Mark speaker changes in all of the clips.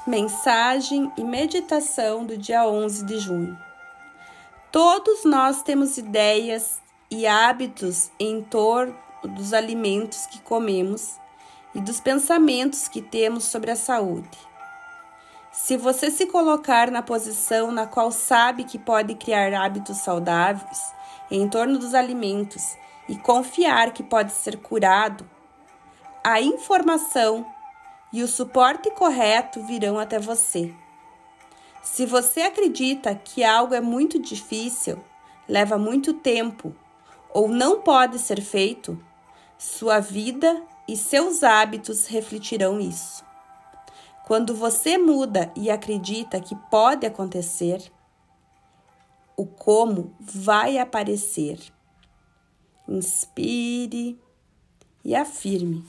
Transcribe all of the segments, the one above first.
Speaker 1: Mensagem e meditação do dia 11 de junho. Todos nós temos ideias e hábitos em torno dos alimentos que comemos e dos pensamentos que temos sobre a saúde. Se você se colocar na posição na qual sabe que pode criar hábitos saudáveis em torno dos alimentos e confiar que pode ser curado, a informação e o suporte correto virão até você. Se você acredita que algo é muito difícil, leva muito tempo ou não pode ser feito, sua vida e seus hábitos refletirão isso. Quando você muda e acredita que pode acontecer, o como vai aparecer. Inspire e afirme.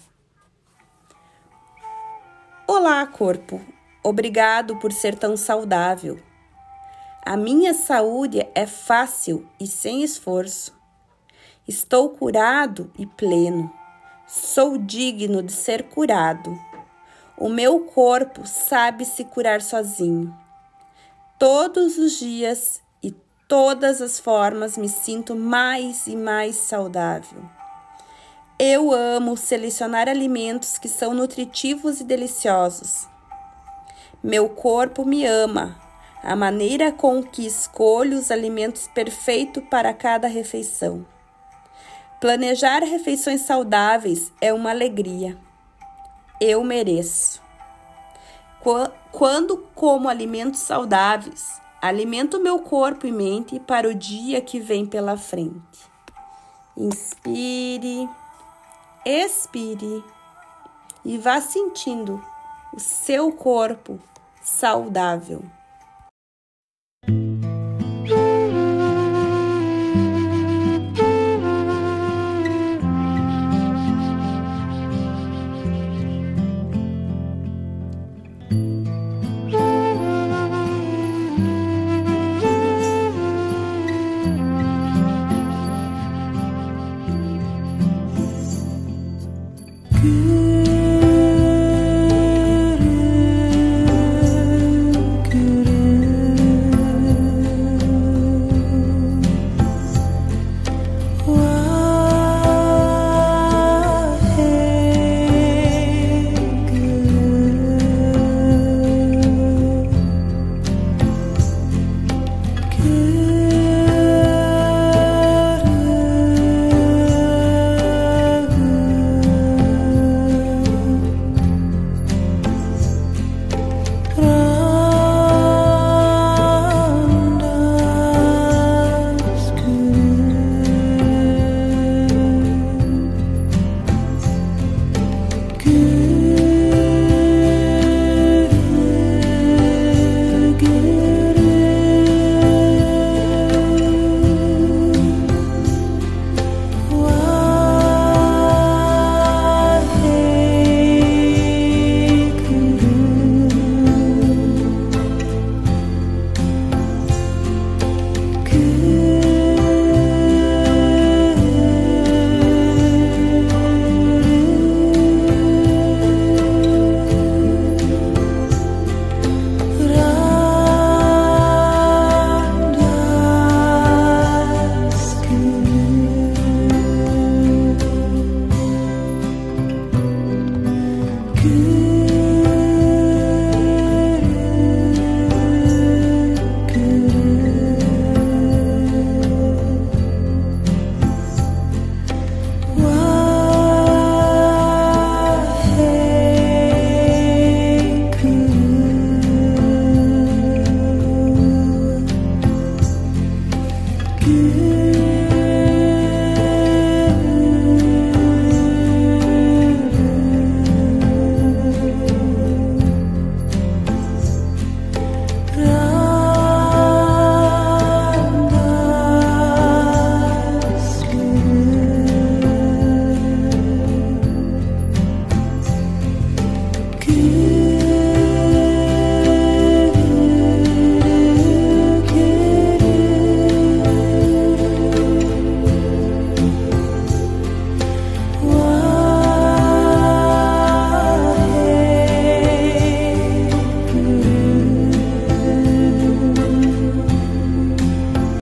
Speaker 1: Olá, corpo. Obrigado por ser tão saudável. A minha saúde é fácil e sem esforço. Estou curado e pleno. Sou digno de ser curado. O meu corpo sabe se curar sozinho. Todos os dias e todas as formas me sinto mais e mais saudável. Eu amo selecionar alimentos que são nutritivos e deliciosos. Meu corpo me ama, a maneira com que escolho os alimentos perfeitos para cada refeição. Planejar refeições saudáveis é uma alegria. Eu mereço. Quando como alimentos saudáveis, alimento meu corpo e mente para o dia que vem pela frente. Inspire. Expire e vá sentindo o seu corpo saudável.